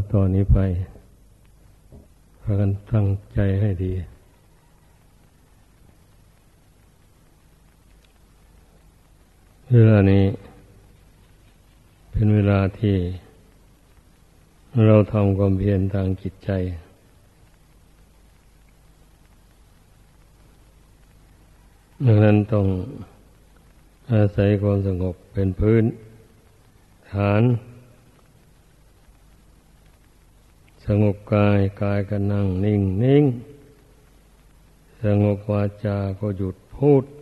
ตอนนี้ไปพากันตั้งใจให้ดีเวลานี้เป็นเวลาที่เราทำความเพียรทางจิตใจดังนั้นต้องอาศัยความสงบเป็นพื้นฐานสงบกายก็นั่งนิ่งสงบวาจาก็หยุดพูด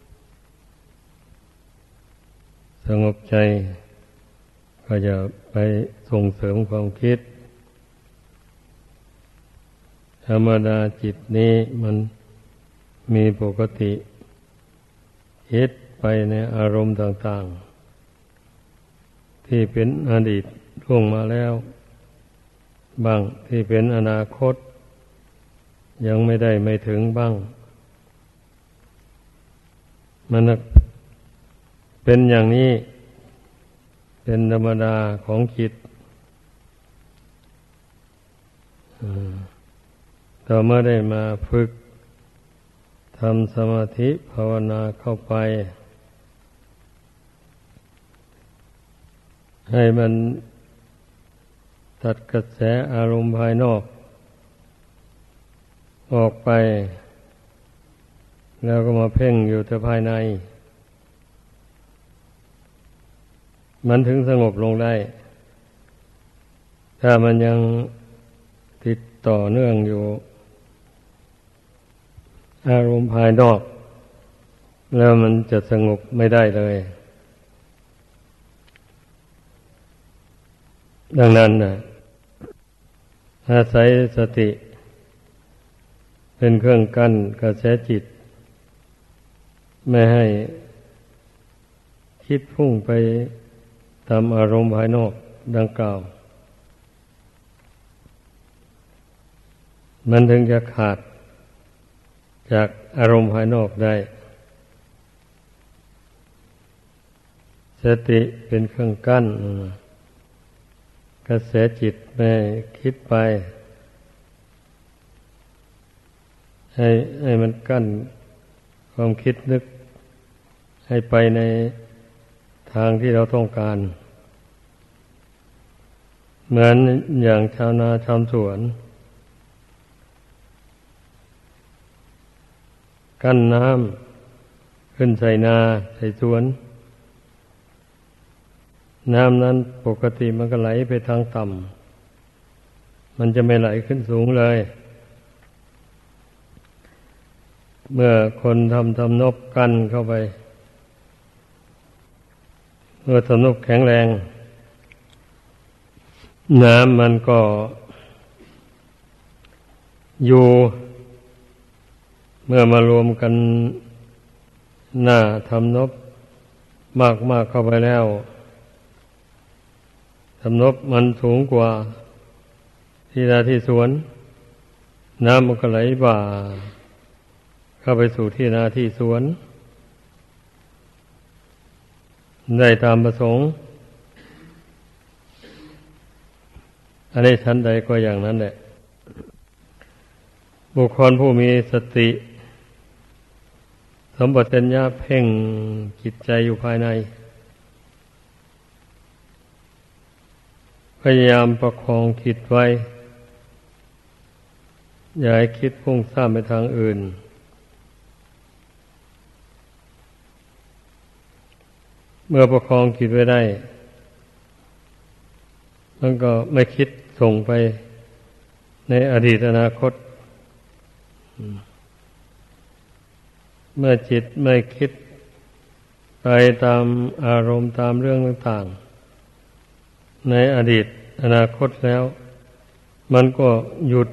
สงบใจก็จะไปส่งเสริมความคิดธรรมดาจิตนี้มันมีปกติคิดไปในอารมณ์ต่างๆที่เป็นอดีตล่วงมาแล้วบ้างที่เป็นอนาคตยังไม่ถึงบ้างมันเป็นอย่างนี้เป็นธรรมดาของจิตต่อเมื่อได้มาฝึกทำสมาธิภาวนาเข้าไปให้มันตัดกระแสอารมณ์ภายนอกออกไปแล้วก็มาเพ่งอยู่แต่ภายในมันถึงสงบลงได้ถ้ามันยังติดต่อเนื่องอยู่อารมณ์ภายนอกแล้วมันจะสงบไม่ได้เลยดังนั้นอาศัยสติเป็นเครื่องกั้นกระแสจิตไม่ให้คิดพุ่งไปตามอารมณ์ภายนอกดังกล่าวมันถึงจะขาดจากอารมณ์ภายนอกได้สติเป็นเครื่องกั้นกระแสจิตไม่คิดไปให้มันกั้นความคิดนึกให้ไปในทางที่เราต้องการเหมือนอย่างชาวนาชาวสวนกั้นน้ำขึ้นใส่นาใส่สวนน้ำนั้นปกติมันก็ไหลไปทางต่ำมันจะไม่ไหลขึ้นสูงเลยเมื่อคนทำนบกั้นเข้าไปเมื่อทำนบแข็งแรงน้ำมันก็อยู่เมื่อมารวมกันหน้าทำนบมากเข้าไปแล้วทำนบมันสูงกว่าที่นาที่สวนน้ำมันก็ไหลบ่าเข้าไปสู่ที่นาที่สวนได้ตามประสงค์อันนี้ชั้นใดก็อย่างนั้นแหละบุคคลผู้มีสติสัมปชัญญะเพ่งจิตใจอยู่ภายในพยายามประคองจิตไว้อย่าให้คิดพุ่งซ่านไปทางอื่นเมื่อประคองจิตไว้ได้มันก็ไม่คิดส่งไปในอดีตอนาคตเมื่อจิตไม่คิดไปตามอารมณ์ตามเรื่องต่างๆในอดีตอนาคตแล้วมันก็หยุด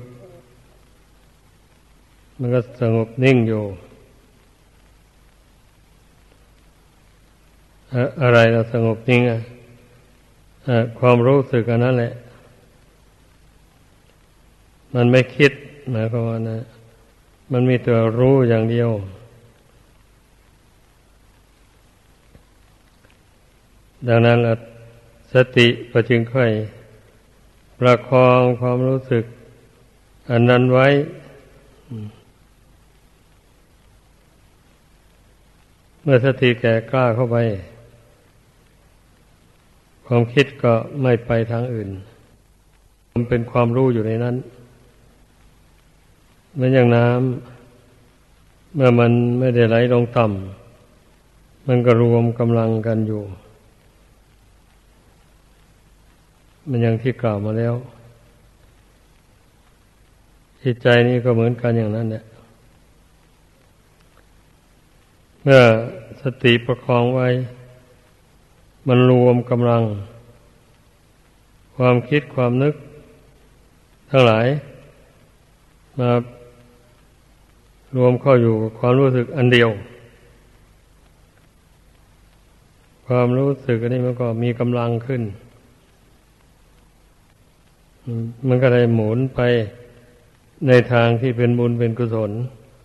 มันก็สงบนิ่งอยู่อะไรเราสงบนิ่งความรู้สึกอันนั้นแหละมันไม่คิดหมายความว่านะมันมีตัวรู้อย่างเดียวดังนั้นสติก็จึงค่อยปประคองความรู้สึกอันนั้นไว้เมื่อสติแก่กล้าเข้าไปความคิดก็ไม่ไปทางอื่นมันเป็นความรู้อยู่ในนั้นเหมือนอย่างน้ำเมื่อมันไม่ได้ไหลลงต่ำมันก็รวมกำลังกันอยู่มันอย่างที่กล่าวมาแล้วจิตใจนี้ก็เหมือนกันอย่างนั้นแหละเมื่อสติประคองไว้มันรวมกำลังความคิดความนึกทั้งหลายมารวมเข้าอยู่กับความรู้สึกอันเดียวความรู้สึกอันนี้มันก็มีกำลังขึ้นมันก็ได้หมุนไปในทางที่เป็นบุญเป็นกุศล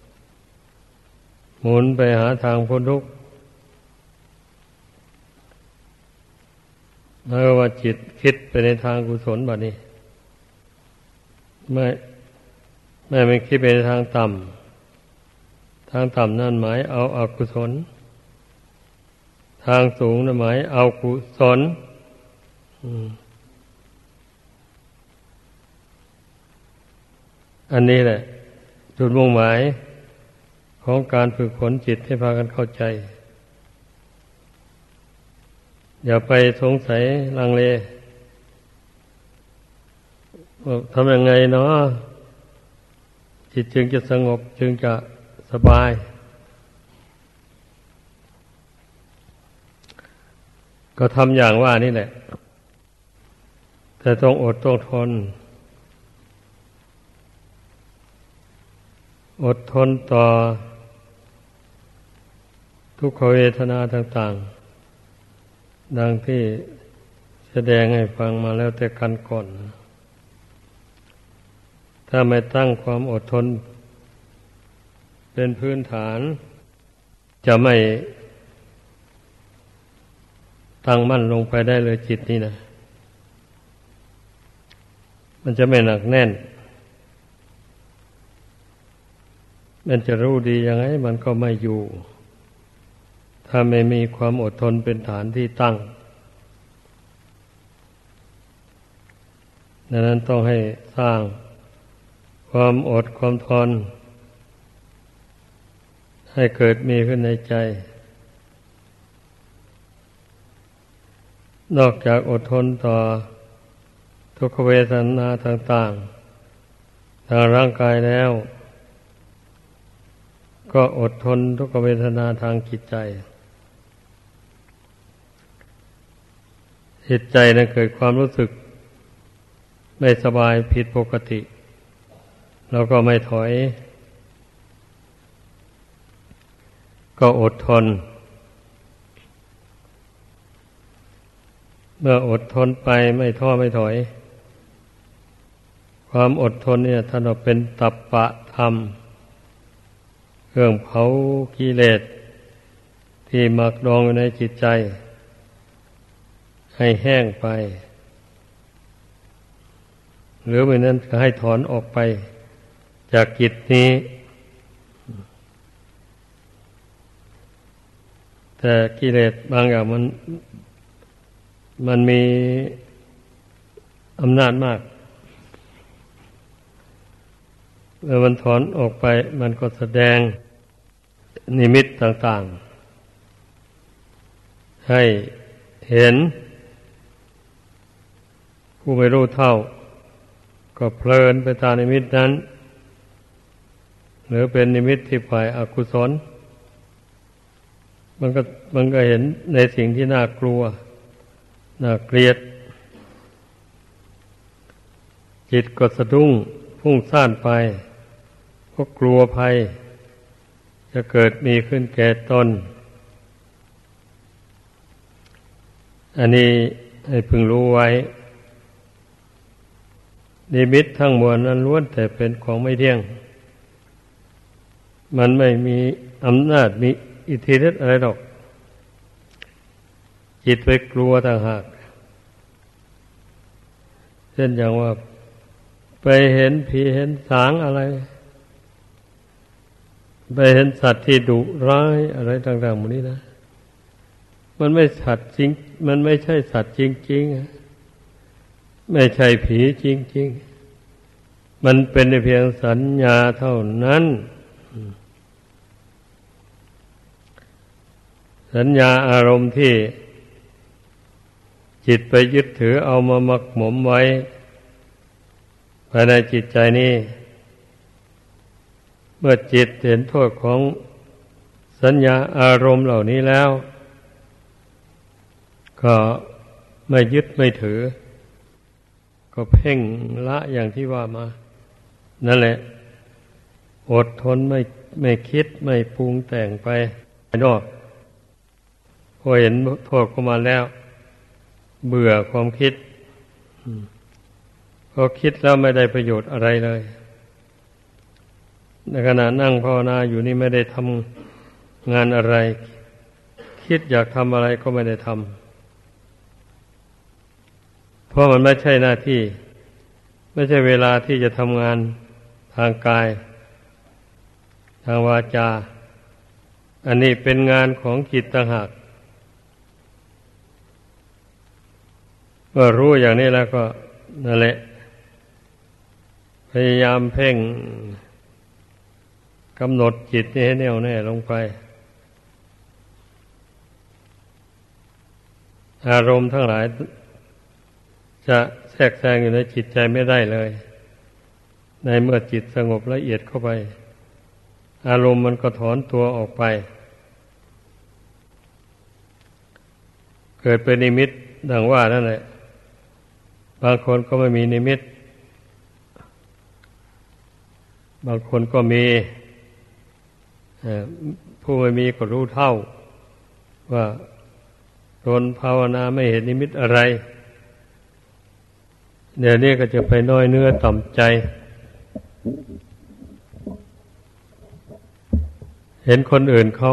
หมุนไปหาทางพ้นทุกข์เมื่อว่าจิตคิดไปในทางกุศลบัดนี้ไม่คิดไปในทางต่ำทางต่ำนั่นหมายเอาอกุศลทางสูงนั่นหมายเอากุศลอันนี้แหละจุดมุ่งหมายของการฝึกฝนจิตให้พากันเข้าใจอย่าไปสงสัยลังเลว่าทำยังไงเนาะจิตจึงจะสงบจึงจะสบายก็ทำอย่างว่านี่แหละแต่ต้องอดต้องทนอดทนต่อทุกขเวทนาต่างๆดังที่แสดงให้ฟังมาแล้วแต่กันก่อนถ้าไม่ตั้งความอดทนเป็นพื้นฐานจะไม่ตั้งมั่นลงไปได้เลยจิตนี่นะมันจะไม่หนักแน่นมันจะรู้ดียังไงมันก็ไม่อยู่ถ้าไม่มีความอดทนเป็นฐานที่ตั้งดังนั้นต้องให้สร้างความอดความทนให้เกิดมีขึ้นในใจนอกจากอดทนต่อทุกขเวทนาต่างๆทางร่างกายแล้วก็อดทนทุกขเวทนาทางจิตใจจิตใจนั้นเกิดความรู้สึกไม่สบายผิดปกติเราก็ไม่ถอยก็อดทนเมื่ออดทนไปไม่ท้อไม่ถอยความอดทนเนี่ยท่านว่าเป็นตัปปะธรรมเครื่องเผากิเลสที่หมักดองอยู่ในจิตใจให้แห้งไปหรือไม่นั้นก็ให้ถอนออกไปจากจิตนี้แต่กิเลสบางอย่างมันมีอำนาจมากเมื่อมันถอนออกไปมันก็แสดงนิมิตต่างๆให้เห็นผู้ไม่รู้เท่าก็เพลินไปตามนิมิตนั้นหรือเป็นนิมิตที่ฝ่ายอกุศลมันก็เห็นในสิ่งที่น่ากลัวน่าเกลียดจิตก็สะดุ้งพุ่งซ่านไปเพราะกลัวภัยจะเกิดมีขึ้นแก่ตนอันนี้ให้พึงรู้ไว้นิมิตทั้งมวลนั้นล้วนแต่เป็นของไม่เที่ยงมันไม่มีอำนาจมีอิทธิฤทธิ์อะไรหรอกจิตไปกลัวต่างหากช่นอย่างว่าไปเห็นผีเห็นสางอะไรไปเห็นสัตว์ที่ดุร้ายอะไรต่างๆหมดนี้นะมันไม่สัตว์จริงมันไม่ใช่สัตว์จริงๆไม่ใช่ผีจริงๆมันเป็นเพียงสัญญาเท่านั้นสัญญาอารมณ์ที่จิตไปยึดถือเอามาหมักหมมไว้ภายในจิตใจนี้เมื่อจิตเห็นโทษของสัญญาอารมณ์เหล่านี้แล้วก็ไม่ยึดไม่ถือก็เพ่งละอย่างที่ว่ามานั่นแหละอดทนไม่คิดไม่ปรุงแต่งไปนอกพอเห็นโทษเข้ามาแล้วเบื่อความคิดพอคิดแล้วไม่ได้ประโยชน์อะไรเลยในขณะนั่งภาวนาอยู่นี่ไม่ได้ทำงานอะไรคิดอยากทำอะไรก็ไม่ได้ทำเพราะมันไม่ใช่หน้าที่ไม่ใช่เวลาที่จะทำงานทางกายทางวาจาอันนี้เป็นงานของจิตต่างหากเมื่อรู้อย่างนี้แล้วก็นั่นแหละพยายามเพ่งกำหนดจิตนี้ให้แน่วแน่ลงไปอารมณ์ทั้งหลายจะแทรกแซงอยู่ในจิตใจไม่ได้เลยในเมื่อจิตสงบละเอียดเข้าไปอารมณ์มันก็ถอนตัวออกไปเกิดเป็นนิมิตดังว่านั่นแหละบางคนก็ไม่มีนิมิตบางคนก็มีผู้ไม่มีก็รู้เท่าว่าตนภาวนาไม่เห็นนิมิตอะไรเดี๋ยวนี้ก็จะไปน้อยเนื้อต่ำใจเห็นคนอื่นเขา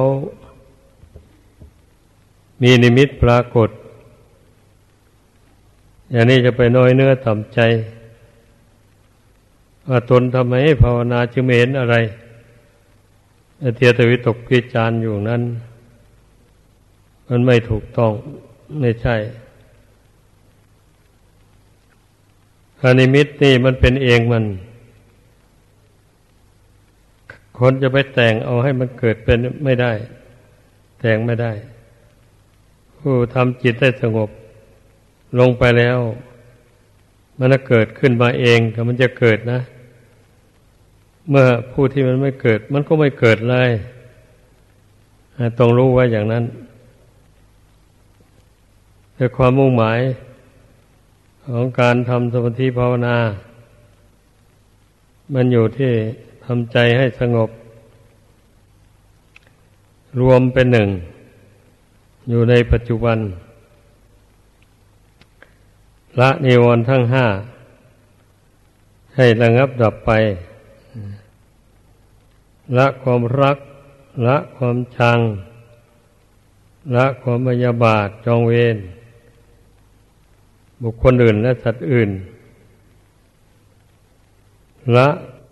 มีนิมิตปรากฏอย่างนี้จะไปน้อยเนื้อต่ำใจว่าตนทำไมภาวนาจึงไม่เห็นอะไรเทียตวิตกวิจารณ์อยู่นั้นมันไม่ถูกต้องไม่ใช่อนิมิตนี่มันเป็นเองมันคนจะไปแต่งเอาให้มันเกิดเป็นไม่ได้แต่งไม่ได้ผู้ทำจิตได้สงบลงไปแล้วมันจะเกิดขึ้นมาเองแต่มันจะเกิดนะเมื่อผู้ที่มันไม่เกิดมันก็ไม่เกิดเลยต้องรู้ไว้อย่างนั้นแต่ความมุ่งหมายของการทำสมาธิภาวนามันอยู่ที่ทำใจให้สงบรวมเป็นหนึ่งอยู่ในปัจจุบันละนิวรณ์ทั้งห้าให้ระงับดับไปละความรักละความชังละความพยาบาทจองเวรบุคคลอื่นและสัตว์อื่นละ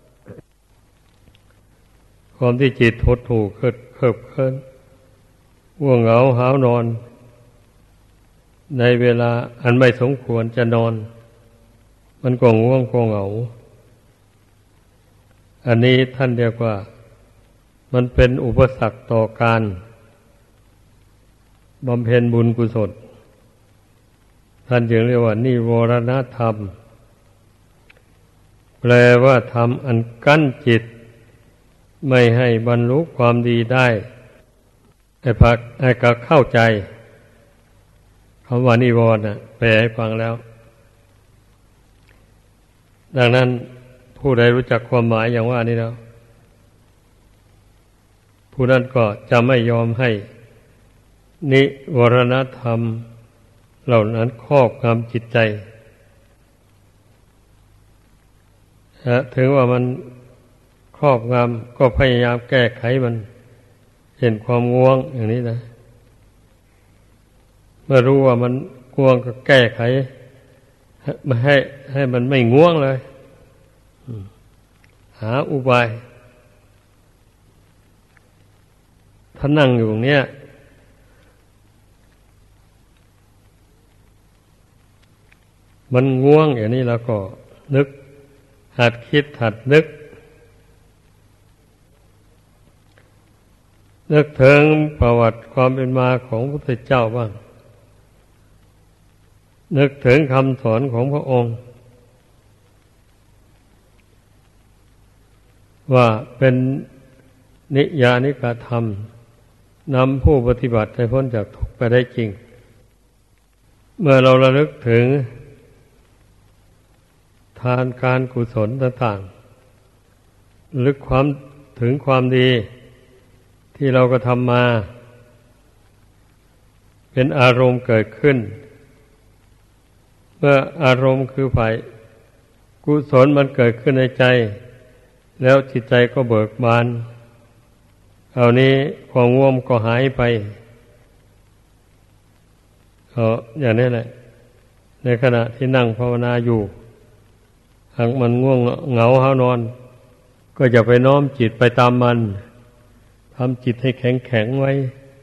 ความที่จิตหดหู่เคิบเคินง่วงเหงาหาวนอนในเวลาอันไม่สมควรจะนอนมันก็ง่วงก็เหงาอันนี้ท่านเรียกว่ามันเป็นอุปสรรคต่อการบำเพ็ญบุญกุศลท่านจึงเรียกว่านิวรณธรรมแปลว่าธรรมอันกั้นจิตไม่ให้บรรลุความดีได้ไอ้ก็เข้าใจคำว่านิวรณ์แปลให้ฟังแล้วดังนั้นผู้ใดรู้จักความหมายอย่างว่านี้แล้วผู้นั้นก็จะไม่ยอมให้นิวรณธรรมเหล่านั้นครอบงำจิตใจถึงว่ามันครอบงำก็พยายามแก้ไขมันเห็นความง่วงอย่างนี้นะเมื่อรู้ว่ามันง่วงก็แก้ไขไม่ให้มันไม่ง่วงเลยหาอุบายถ้านั่งอยู่เนี่ยมันง่วงอย่างนี้แล้วก็นึกหัดคิดหัดนึกถึงประวัติความเป็นมาของพระพุทธเจ้าบ้างนึกถึงคำสอนของพระองค์ว่าเป็นนิยานิกธรรมนำผู้ปฏิบัติให้พ้นจากทุกข์ไปได้จริงเมื่อเราระลึกถึงทานการกุศลต่างๆลึกถึงความดีที่เราก็ทำมาเป็นอารมณ์เกิดขึ้นเมื่ออารมณ์คือฝ่ายกุศลมันเกิดขึ้นในใจแล้วจิตใจก็เบิกบานเอานี้ความง่วงก็หายไปอย่างนี้แหละในขณะที่นั่งภาวนาอยู่หากมันง่วงเหงาหานอนก็อย่าไปน้อมจิตไปตามมันทำจิตให้แข็งไว้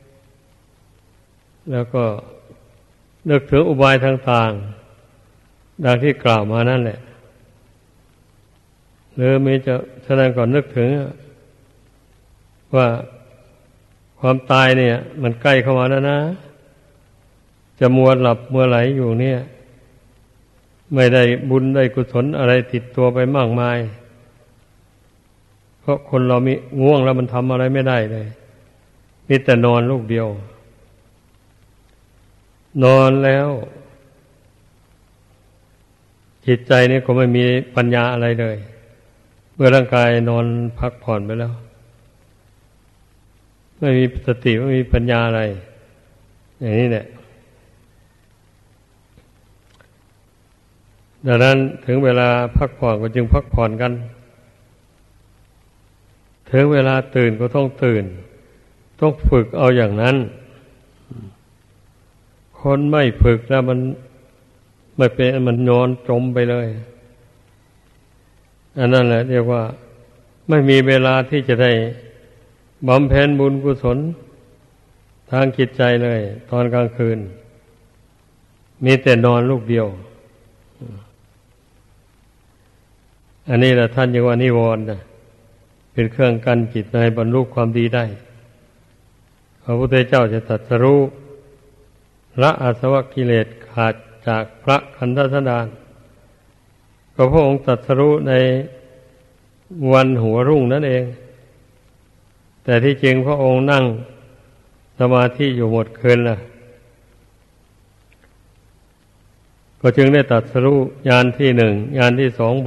แล้วก็นึกถึงอุบายต่างๆดังที่กล่าวมานั่นแหละหรือมีจะแสดงก่อนนึกถึงว่าความตายเนี่ยมันใกล้เข้ามาแล้วนะจะมัวหลับมัวไหลอยู่เนี่ยไม่ได้บุญได้กุศลอะไรติดตัวไปมากมายเพราะคนเรามีง่วงแล้วมันทำอะไรไม่ได้เลยมีแต่นอนลูกเดียวนอนแล้วจิตใจนี่ก็ไม่มีปัญญาอะไรเลยเมื่อร่างกายนอนพักผ่อนไปแล้วไม่มีสติไม่มีปัญญาอะไรอย่างนี้แหละดังนั้นถึงเวลาพักผ่อนก็จึงพักผ่อนกันถึงเวลาตื่นก็ต้องตื่นต้องฝึกเอาอย่างนั้นคนไม่ฝึกแล้วมันไม่เป็นมันนอนจมไปเลยอันนั้นแหละเรียกว่าไม่มีเวลาที่จะได้บำเพ็ญบุญกุศลทางจิตใจเลยตอนกลางคืนมีแต่นอนลูกเดียวอันนี้แหละท่านเรียกว่านิวรณ์เป็นเครื่องกั้นจิตในบรรลุความดีได้พระพุทธเจ้าจะตรัสรู้ละอาสวะกิเลสขาดจากพระคันธสดารก็พระองค์ตรัสรู้ในวันหัวรุ่งนั่นเองแต่ที่จริงพระองค์นั่งสมาธิอยู่หมดคืนล่ะก็จึงได้ตรัสรู้ญาณที่หนึ่งญาณที่สองไป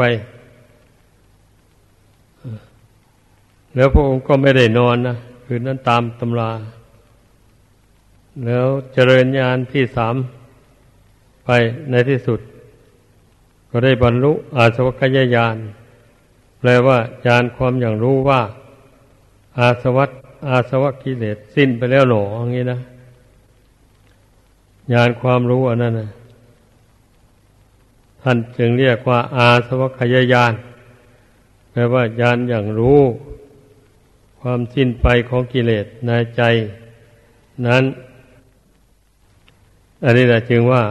แล้วพระองค์ก็ไม่ได้นอนนะคืนนั้นตามตำราแล้วเจริญญาณที่สามไปในที่สุดก็ได้บรรลุอาสวัคยญาณแปลว่าญาณความอย่างรู้ว่าอาสวะกิเลสสิ้นไปแล้วหนออย่างนี้นะญาณความรู้อันนั้นนะท่านจึงเรียกว่าอาสวัคยญาณแปลว่าญาณอย่างรู้ความสิ้นไปของกิเลสในใจนั้นอันนี้แหละจึงว่า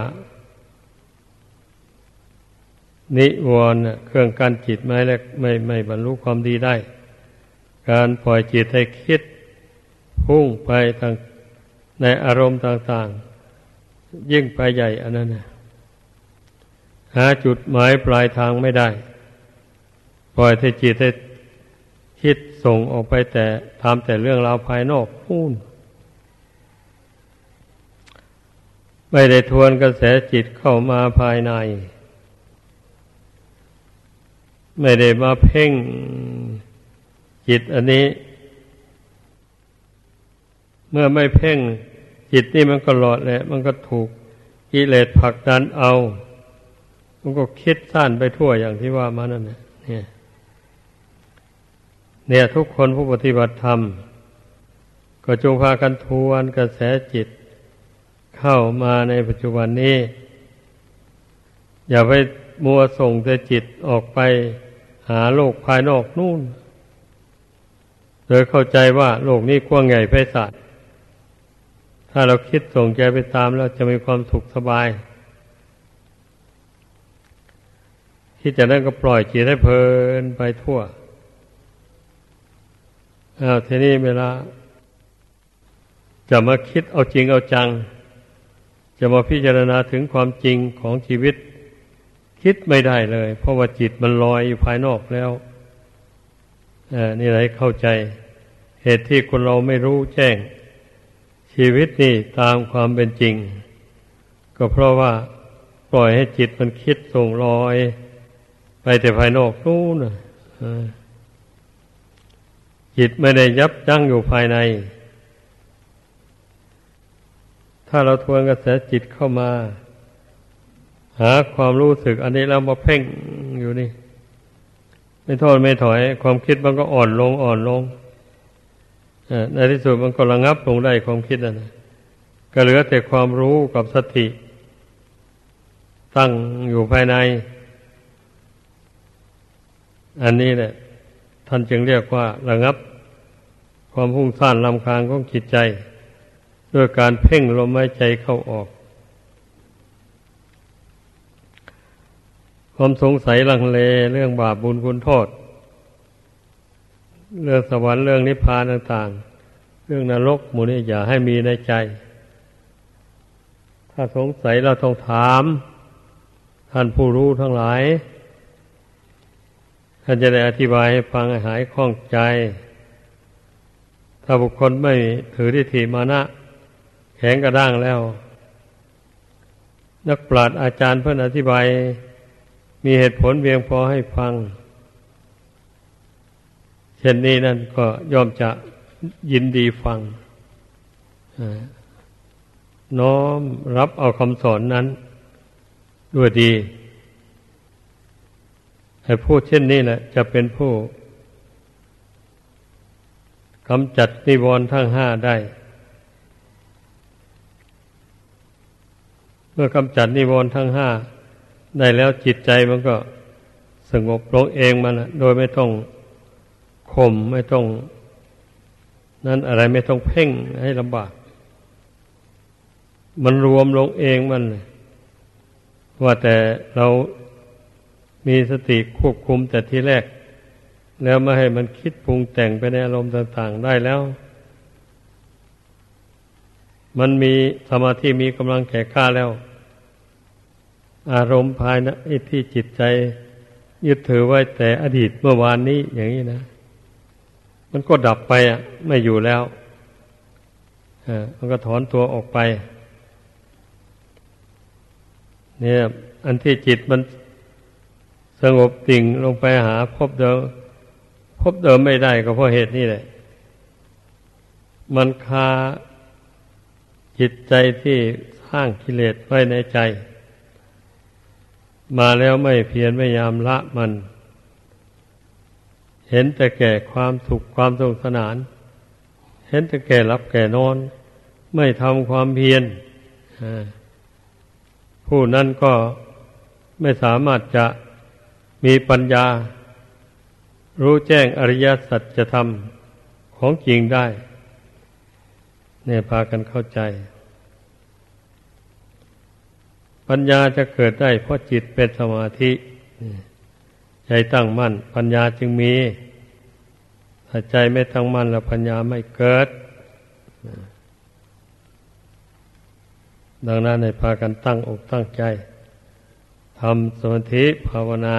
นิวรณ์เครื่องกั้นจิตไม่บรรลุความดีได้การปล่อยจิตให้คิดพุ่งไปทางในอารมณ์ต่างๆยิ่งไปใหญ่อันนั้นหาจุดหมายปลายทางไม่ได้ปล่อยให้จิตให้คิดส่งออกไปแต่ทำแต่เรื่องราวภายนอกนู่นไม่ได้ทวนกระแสจิตเข้ามาภายในไม่ได้มาเพ่งจิตอันนี้เมื่อไม่เพ่งจิตนี่มันก็หลอดแหละมันก็ถูกกิเลสผลักดันเอามันก็คิดสั้นไปทั่วอย่างที่ว่ามานั่นเนี่ยทุกคนผู้ปฏิบัติธรรมก็จงพากันทวนกระแสจิตเข้ามาในปัจจุบันนี้อย่าไปมัวส่งแต่จิตออกไปหาโลกภายนอกนู่นโดยเข้าใจว่าโลกนี้กว้างใหญ่ไพศาลถ้าเราคิดส่งใจไปตามแล้วจะมีความสุขสบายที่จะนั่นก็ปล่อยจิตให้เพลินไปทั่วทีนี้เวลาจะมาคิดเอาจริงเอาจังจะมาพิจารณาถึงความจริงของชีวิตคิดไม่ได้เลยเพราะว่าจิตมันลอยอยู่ภายนอกแล้วนี่แหละเข้าใจเหตุที่คนเราไม่รู้แจ้งชีวิตนี่ตามความเป็นจริงก็เพราะว่าปล่อยให้จิตมันคิดส่งลอยไปแต่ภายนอกนู่นจิตไม่ได้ยับยั้งอยู่ภายในถ้าเราทวนกระแสจิตเข้ามาหาความรู้สึกอันนี้แล้วมาเพ่งอยู่นี่ไม่ทอดไม่ถอยความคิดมันก็อ่อนลงในที่สุดมันก็ระงับลงได้ความคิดนั่นนะก็เหลือแต่ความรู้กับสติตั้งอยู่ภายในอันนี้แหละท่านจึงเรียกว่าระงับความพุ่งซ่านรำคาญของจิตใจด้วยการเพ่งลมหายใจเข้าออกความสงสัยลังเลเรื่องบาปบุญคุณโทษเรื่องสวรรค์เรื่องนิพพานต่างๆเรื่องนรกหมู่นี้อย่าให้มีในใจถ้าสงสัยเราต้องถามท่านผู้รู้ทั้งหลายท่านจะได้อธิบายให้ฟังให้หายข้องใจถ้าบุคคลไม่ถือทิฏฐิมานะแข็งกระด้างแล้วนักปราชญ์อาจารย์เพิ่นอธิบายมีเหตุผลเพียงพอให้ฟังเช่นนี้นั่นก็ย่อมจะยินดีฟังน้อมรับเอาคำสอนนั้นด้วยดีให้พูดเช่นนี้แหละจะเป็นผู้กำจัดนิวรณ์ทั้งห้าได้เมื่อกำจัดนิวรณ์ทั้งห้าได้แล้วจิตใจมันก็สงบลงเองมันโดยไม่ต้องข่มไม่ต้องนั้นอะไรไม่ต้องเพ่งให้ลำบากมันรวมลงเองมันว่าแต่เรามีสติควบคุมแต่ทีแรกแล้วไม่ให้มันคิดปรุงแต่งไปในอารมณ์ต่างๆได้แล้วมันมีสมาธิมีกำลังแก่กล้าแล้วอารมณ์ภายในที่จิตใจยึดถือไว้แต่อดีตเมื่อวานนี้อย่างนี้นะมันก็ดับไปไม่อยู่แล้วมันก็ถอนตัวออกไปเนี่ยอันที่จิตมันสงบติ่งลงไปหาพบเดิมไม่ได้ก็เพราะเหตุนี้แหละมันคาจิตใจที่สร้างกิเลสไว้ในใจมาแล้วไม่เพียรไม่ยามละมันเห็นแต่แก่ความสุขความสนุกสนานเห็นแต่แก่หลับแก่นอนไม่ทำความเพียรผู้นั้นก็ไม่สามารถจะมีปัญญารู้แจ้งอริยสัจธรรมของจริงได้เนี่ยพากันเข้าใจปัญญาจะเกิดได้เพราะจิตเป็นสมาธิใจตั้งมั่นปัญญาจึงมีถ้าใจไม่ตั้งมั่นแล้วปัญญาไม่เกิดดังนั้นให้พากันตั้งอกตั้งใจทำสมาธิภาวนา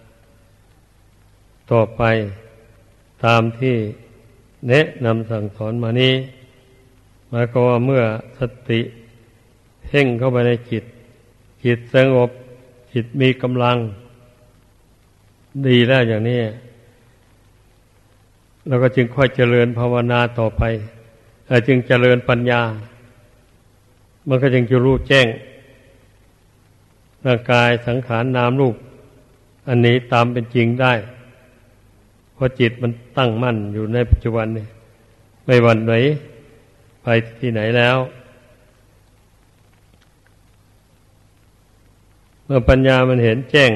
ต่อไปตามที่แนะนำสั่งสอนมานี้หมายความว่าเมื่อสติเพ่งเข้าไปในจิตสงบจิตมีกำลังดีแล้วอย่างนี้เราก็จึงค่อยเจริญภาวนาต่อไปจึงเจริญปัญญามันก็จึงจะรู้แจ้งร่างกายสังขารนามรูปอันนี้ตามเป็นจริงได้เพราะจิตมันตั้งมั่นอยู่ในปัจจุบันนี่ไม่หวั่นไหวไปที่ไหนแล้วเมื่อปัญญามันเห็นแจ้ง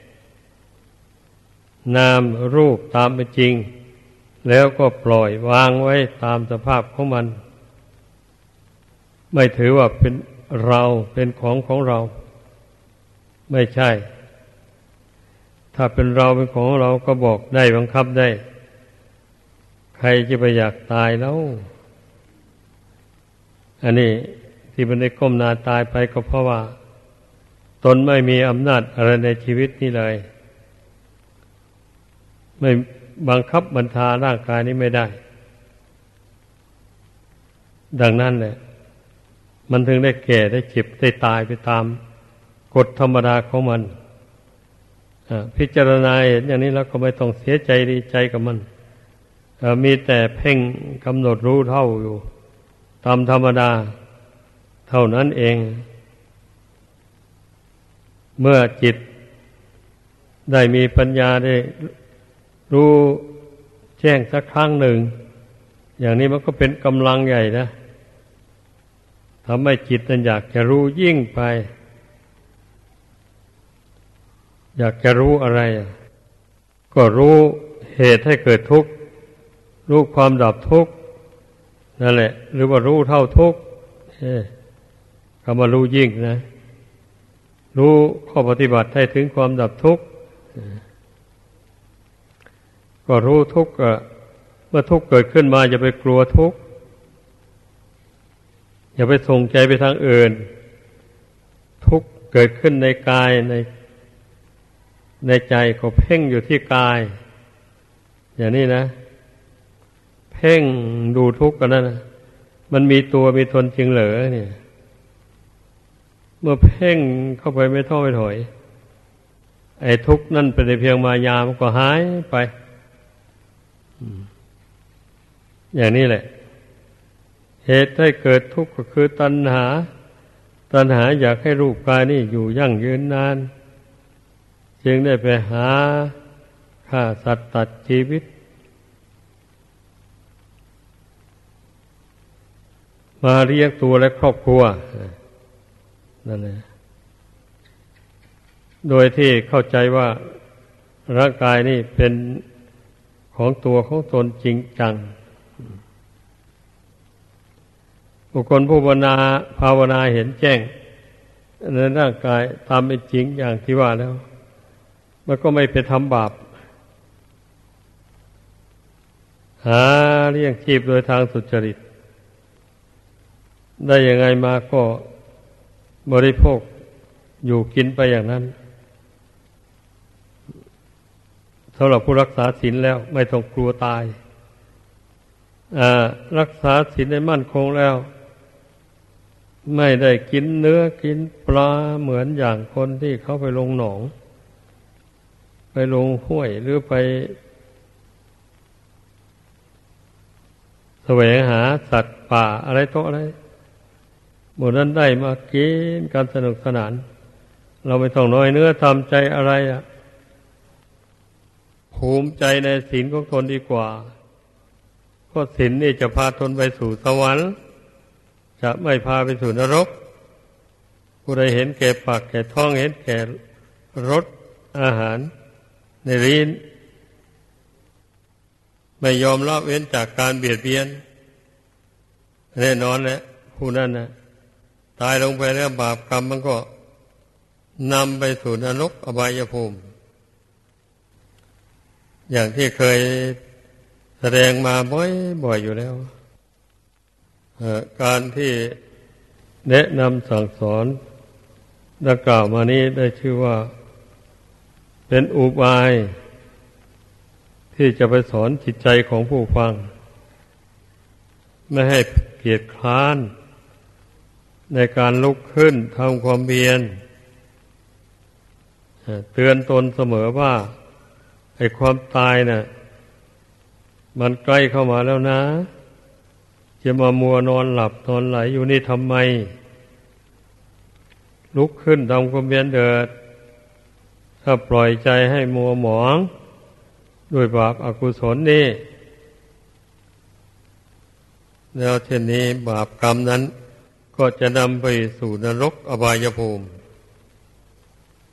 นามรูปตามเป็นจริงแล้วก็ปล่อยวางไว้ตามสภาพของมันไม่ถือว่าเป็นเราเป็นของเราไม่ใช่ถ้าเป็นเราเป็นของเราก็บอกได้บังคับได้ใครจะไปอยากตายแล้วอันนี้ที่มันได้ก้มหน้าตายไปก็เพราะว่าตนไม่มีอำนาจอะไรในชีวิตนี้เลยไม่บังคับบัญชาร่างกายนี้ไม่ได้ดังนั้นแหละมันถึงได้แก่ได้เจ็บได้ตายไปตามกฎธรรมดาของมันพิจารณาเห็นอย่างนี้แล้วก็ไม่ต้องเสียใจดีใจกับมันมีแต่เพ่งกำหนดรู้เท่าอยู่ตามธรรมดาเท่านั้นเองเมื่อจิตได้มีปัญญาได้รู้แจ้งสักครั้งหนึ่งอย่างนี้มันก็เป็นกำลังใหญ่นะทำให้จิตนั้นอยากจะรู้ยิ่งไปอยากจะรู้อะไรก็รู้เหตุให้เกิดทุกข์รู้ความดับทุกข์นั่นแหละหรือว่ารู้เท่าทุกข์คำว่ารู้ยิ่งนะรู้ข้อปฏิบัติให้ถึงความดับทุกข์ก็รู้ทุกข์เมื่อทุกข์เกิดขึ้นมาอย่าไปกลัวทุกข์อย่าไปส่งใจไปทางอื่นทุกข์เกิดขึ้นในกายในใจก็เพ่งอยู่ที่กายอย่างนี้นะเพ่งดูทุกข์กันนะมันมีตัวมีตนจริงเหรอเนี่ยเมื่อเพ่งเข้าไปไม่ท้อไม่ถอยไอ้ทุกข์นั่นเป็นเพียงมายามันก็หายไปอย่างนี้แหละเหตุให้เกิดทุกข์ก็คือตัณหาอยากให้รูปกายนี่อยู่ยั่งยืนนานจึงได้ไปหาฆ่าสัตว์ตัดชีวิตมาเลี้ยงตัวและครอบครัวนั่นแหละโดยที่เข้าใจว่าร่างกายนี่เป็นของตัวของตนจริงจังบุคคลผู้ภาวนาเห็นแจ้งในร่างกายตามเป็นจริงอย่างที่ว่าแล้วมันก็ไม่ไปทำบาปหาเลี้ยงชีพโดยทางสุจริตได้ยังไงมาก็บริโภคอยู่กินไปอย่างนั้นสำหรับผู้รักษาศีลแล้วไม่ต้องกลัวตายรักษาศีลได้มั่นคงแล้วไม่ได้กินเนื้อกินปลาเหมือนอย่างคนที่เขาไปลงหนองไปลงห้วยหรือไปแสวงหาสัตว์ป่าอะไรต่ออะไรหมดนั้นได้มากินกันสนุกสนานเราไม่ต้องน้อยเนื้อทำใจอะไรภูมิใจในศีลของตนดีกว่าเพราะศีลนี่จะพาตนไปสู่สวรรค์จะไม่พาไปสู่นรกผู้ใดเห็นแก่ปากแก่ท้องเห็นแก่รสอาหารในลิ้นไม่ยอมละเว้นจากการเบียดเบียนแน่นอนแหละผู้นั้นนะตายลงไปแล้วบาปกรรมมันก็นำไปสู่นรกอบายภูมิอย่างที่เคยแสดงมาบ่อยอยู่แล้วการที่แนะนำสั่งสอนดังกล่าวมานี้ได้ชื่อว่าเป็นอุบายที่จะไปสอนจิตใจของผู้ฟังไม่ให้เกียจคร้านในการลุกขึ้นทำความเพียรเตือนตนเสมอว่าไอ้ความตายน่ะมันใกล้เข้ามาแล้วนะจะมามัวนอนหลับนอนไหลอยู่นี่ทำไมลุกขึ้นทำความเพียรเถิดถ้าปล่อยใจให้มัวหมองด้วยบาปอกุศลนี่แล้วเช่นนี้บาปกรรมนั้นก็จะนำไปสู่นรกอบายภูมิ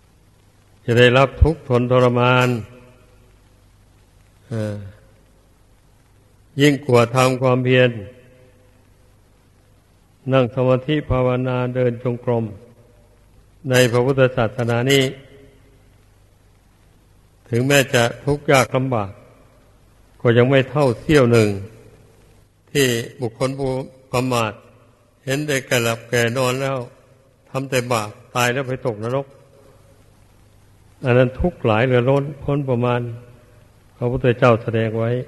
จะได้รับทุกข์ทนทรมานยิ่งกว่าทำความเพียรนั่งสมาธิภาวนาเดินจงกรมในพระพุทธศาสนานี้ถึงแม้จะทุกข์ยากลำบากก็ยังไม่เท่าเสี้ยวหนึ่งที่บุคคลผู้ประมาทเห็นได้แก่หลับแก่นอนแล้วทำแต่บาปตายแล้วไปตกนรกอันนั้นทุกข์หลายเหลือล้นพ้นประมาณพระพุทธเจ้าแสดงไว้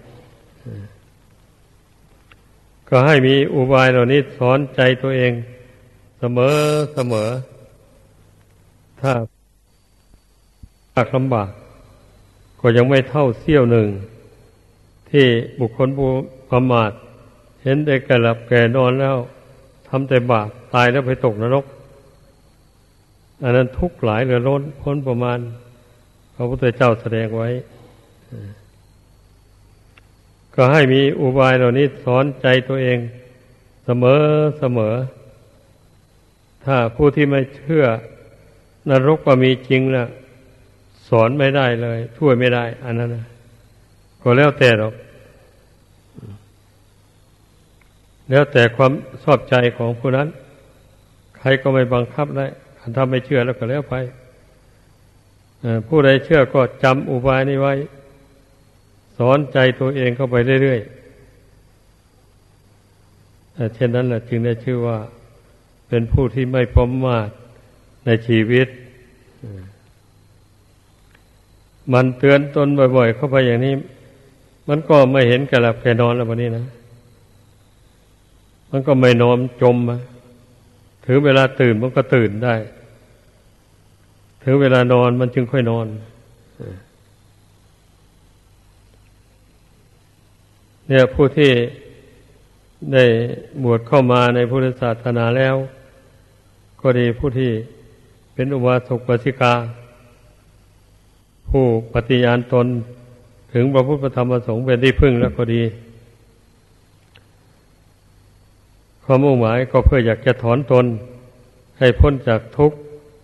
ก็ให้มีอุบายเหล่านี้สอนใจตัวเองเสมอถ้าลำบากก็ยังไม่เท่าเสี้ยวหนึ่งที่บุคคลผู้ประมาทเห็นได้แก่หลับแก่นอนแล้วทำแต่บาปตายแล้วไปตกนรกอันนั้นทุกข์หลายเหลือล้นพ้นประมาณพระพุทธเจ้าแสดงไว้ก็ให้มีอุบายเหล่านี้สอนใจตัวเองเสมอถ้าผู้ที่ไม่เชื่อนรกว่ามีจริงนะสอนไม่ได้เลยช่วยไม่ได้อันนั้นนะก็แล้วแต่หรอกแล้วแต่ความชอบใจของผู้นั้นใครก็ไม่บังคับได้ถ้าไม่เชื่อแล้วก็แล้วไปผู้ใดเชื่อก็จำอุบายนี้ไว้สอนใจตัวเองเข้าไปเรื่อยๆเช่นนั้นแหละจึงได้ชื่อว่าเป็นผู้ที่ไม่ประมาทในชีวิตมันเตือนตนบ่อยๆเข้าไปอย่างนี้มันก็ไม่เห็นแก่หลับแก่นอนแล้ววันนี้นะมันก็ไม่นอนจมมาถึงเวลาตื่นมันก็ตื่นได้ถึงเวลานอนมันจึงค่อยนอนเนี่ยผู้ที่ได้บวชเข้ามาในพุทธศาสนาแล้วก็ดีผู้ที่เป็นอุบาสกอุบาสิกาผู้ปฏิญาณตนถึงพระพุทธธรรมประสงค์เป็นที่พึ่งแล้วก็ดีความมุ่งหมายก็เพื่ออยากจะถอนตนให้พ้นจากทุกข์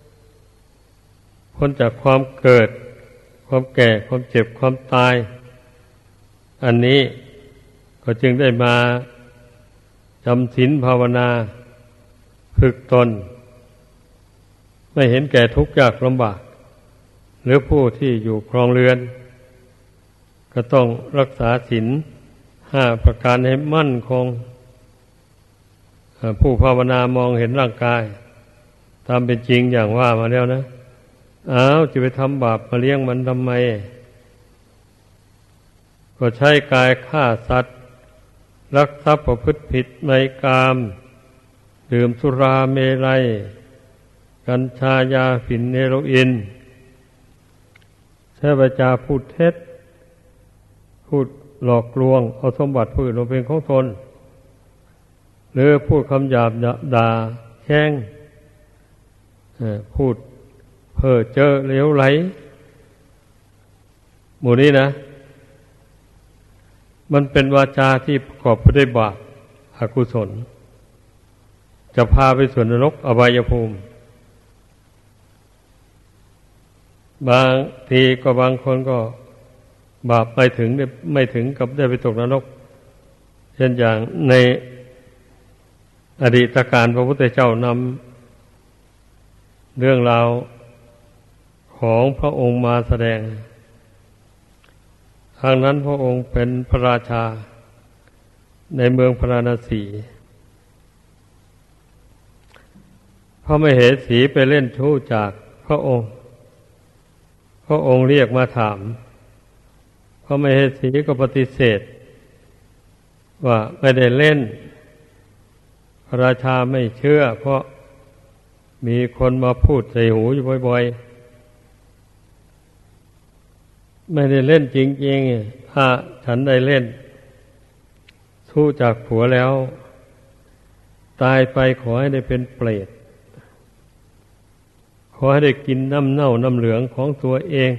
พ้นจากความเกิดความแก่ความเจ็บความตายอันนี้ก็จึงได้มาจำศีลภาวนาฝึกตนไม่เห็นแก่ทุกข์ยากลำบากหรือผู้ที่อยู่ครองเรือนก็ต้องรักษาศีล5ประการให้มั่นคงผู้ภาวนามองเห็นร่างกายตามเป็นจริงอย่างว่ามาแล้วนะจะไปทำบาปมาเลี้ยงมันทำไมก็ใช้กายฆ่าสัตว์ลักทรัพย์ประพฤติผิดในกามดื่มสุราเมรัยกัญชายาฝิ่นเฮโรอีนใช้วาจาพูดเท็จพูดหลอกลวงเอาสมบัติผู้อื่นมาเป็นของตนหรือพูดคำหยาบด่าแช่งพูดเพ้อเจ้อเหลวไหลหมู่นี้นะมันเป็นวาจาที่ประกอบไปด้วยบาปอกุศลจะพาไปสู่นรกอบายภูมิบางทีก็บางคนก็บาปไม่ถึงกับได้ไปตกนรกเช่นอย่างในอดีตการพระพุทธเจ้านำเรื่องราวของพระองค์มาแสดงครั้งนั้นพระองค์เป็นพระราชาในเมืองพาราณสีพระมเหสีไปเล่นชู้จากพระองค์เรียกมาถามพระมเหสีก็ปฏิเสธว่าไม่ได้เล่นพระราชาไม่เชื่อเพราะมีคนมาพูดใส่หูอยู่บ่อยๆไม่ได้เล่นจริงๆถ้าฉันได้เล่นชู้จากผัวแล้วตายไปขอให้ได้เป็นเปรตขอให้ได้กินน้ำเน่าน้ำเหลืองของตัวเอง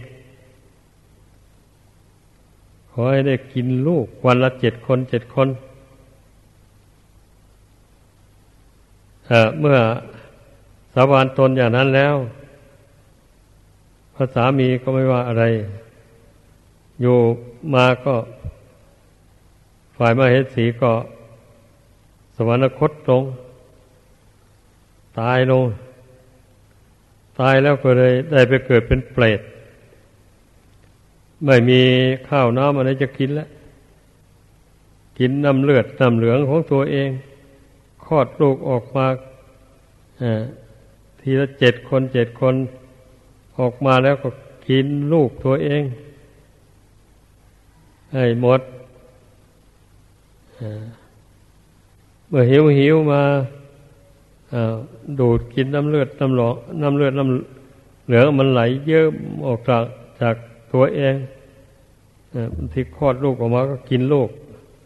ขอให้ได้กินลูกวันละ7 คน เมื่อสาบานตนอย่างนั้นแล้วพระสามีก็ไม่ว่าอะไรอยู่มาก็ฝ่ายมเหสีก็สวรรคตลงตายลงตายแล้วก็เลยได้ไปเกิดเป็นเปรตไม่มีข้าวน้ำอะไรจะกินแล้วกินน้ำเลือดน้ำเหลืองของตัวเองคลอดลูกออกมาทีละ7 คนออกมาแล้วก็กินลูกตัวเองให้หมดเมื่อหิวมาดูดกินน้ำเลือดน้ำเหลืองมันไหลเยอะออกจากตัวเองที่คลอดลูกออกมาก็กินลูก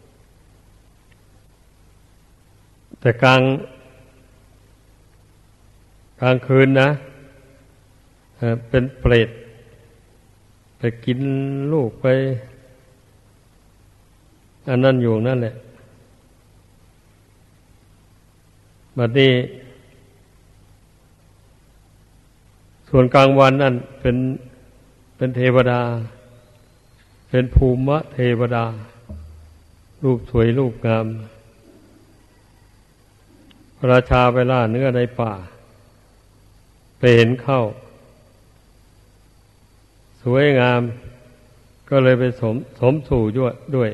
แต่กลางคืนนะเป็นเปรตไปกินลูกไปอันนั้นอยู่นั่นแหละบัดนี้ส่วนกลางวันนั่นเป็นเทวดาเป็นภูมิเทวดารูปสวยรูปงามพระราชาไปล่าเนื้อในป่าไปเห็นเข้าสวยงามก็เลยไปสมสู่ด้วย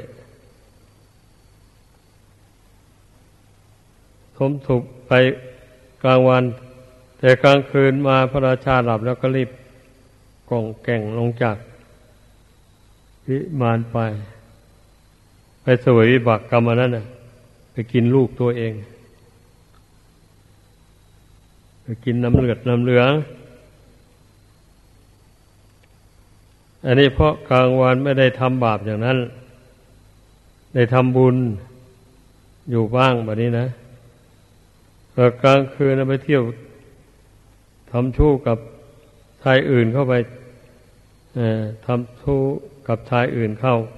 สมสู่ไปกลางวันแต่กลางคืนมาพระราชาหลับแล้วก็รีบก่องแก่งลงจากวิมานไปเสวยวิบากกรรมอันนั้นน่ะไปกินลูกตัวเองไปกินน้ำเลือดน้ำเหลืองอันนี้เพราะกลางวันไม่ได้ทำบาปอย่างนั้นได้ทำบุญอยู่บ้างแบบนี้นะแต่กลางคืนไปเที่ยวทำชู้กับชายอื่นเข้าไปทำชู้กับชายอื่นเข้า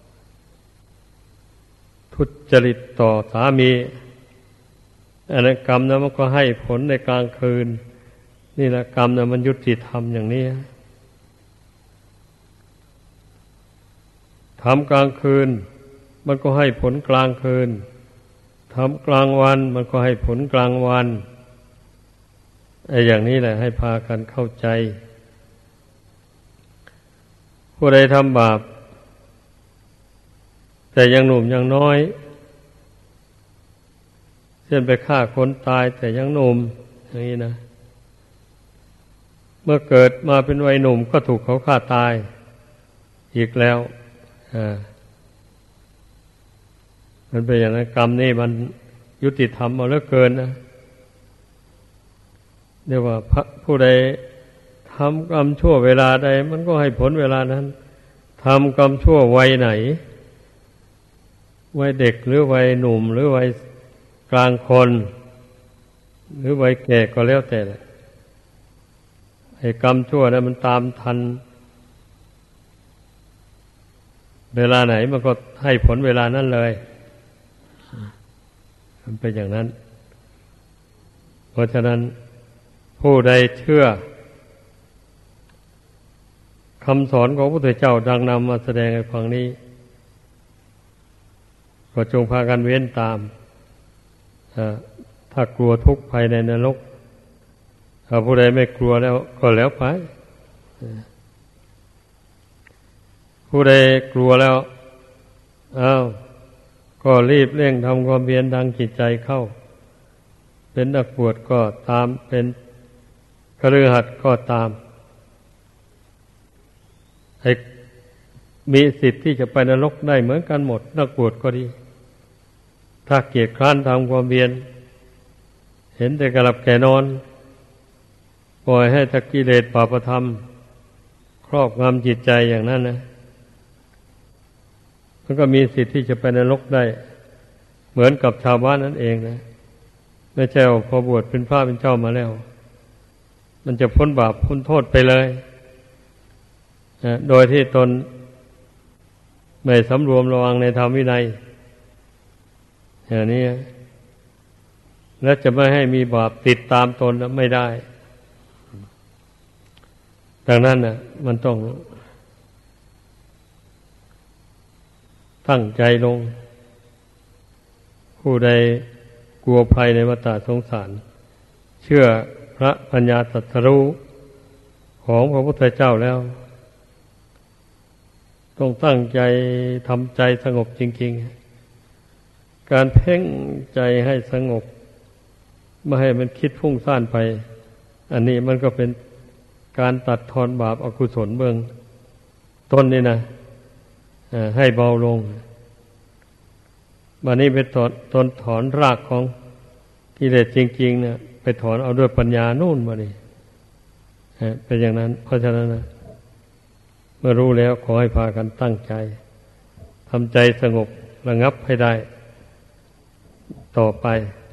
ทุจริตต่อสามีอันนั้นกรรมนั้นมันก็ให้ผลในกลางคืนนี่แหละกรรมนั้นมันยุติธรรมอย่างนี้ทำกลางคืนมันก็ให้ผลกลางคืนทำกลางวันมันก็ให้ผลกลางวันไอ้อย่างนี้แหละให้พากันเข้าใจผู้ใดทำบาปแต่ยังหนุ่มยังน้อยเช่นไปฆ่าคนตายแต่ยังหนุ่มอย่างนี้นะเมื่อเกิดมาเป็นวัยหนุ่มก็ถูกเขาฆ่าตายอีกแล้วมันเป็นอย่างนั้นกรรมนี่มันยุติธรรมเอาเหลือเกินนะเรียกว่าผู้ใดทำกรรมชั่วเวลาใดมันก็ให้ผลเวลานั้นทำกรรมชั่ววัยไหนวัยเด็กหรือวัยหนุ่มหรือวัยกลางคนหรือวัยแก่ก็แล้วแต่ไอ้กรรมชั่วนั้นมันตามทันเวลาไหนมันก็ให้ผลเวลานั้นเลยมันเป็นอย่างนั้นเพราะฉะนั้นผู้ใดเชื่อคำสอนของพระพุทธเจ้าดังนำมาแสดงให้ฟังนี้ก็จงพากันเว้นตามถ้ากลัวทุกข์ภายในนรกถ้าผู้ใดไม่กลัวแล้วก็แล้วไปผู้ใดกลัวแล้วก็รีบเร่งทำความเพียรทางจิตใจเข้าเป็นนักบวชก็ตามเป็นคฤหัสถ์ก็ตามให้มีสิทธิ์ที่จะไปนรกได้เหมือนกันหมดนักบวชก็ดีถ้าเกียจคร้านทำความเพียรเห็นแต่กระหลับแก่นอนปล่อยให้ทักกิเลสบาปธรรมครอบงำจิตใจอย่างนั้นนะมันก็มีสิทธิ์ที่จะไปนรกได้เหมือนกับชาวบ้านนั่นเองนะไม่ใช่ว่าพอบวชเป็นพระเป็นเจ้ามาแล้วมันจะพ้นบาปพ้นโทษไปเลยโดยที่ตนไม่สำรวมระวังในธรรมวินัยอย่างนี้และจะไม่ให้มีบาปติดตามตนไม่ได้แดังนั้นน่ะมันต้องตั้งใจลงผู้ใดกลัวภัยในวัฏสงสารเชื่อพระปัญญาตรัสรู้ของพระพุทธเจ้าแล้วต้องตั้งใจทำใจสงบจริงๆการเพ่งใจให้สงบไม่ให้มันคิดฟุ้งซ่านไปอันนี้มันก็เป็นการตัดทอนบาปอกุศลเบื้องต้นนี่นะให้เบาลงบัดนี้ไปถอนรากของกิเลสจริงๆเนี่ยไปถอนเอาด้วยปัญญานู่นมาดิเป็นอย่างนั้นเพราะฉะนั้นนะเมื่อรู้แล้วขอให้พากันตั้งใจทำใจสงบระงับให้ได้ต่อไป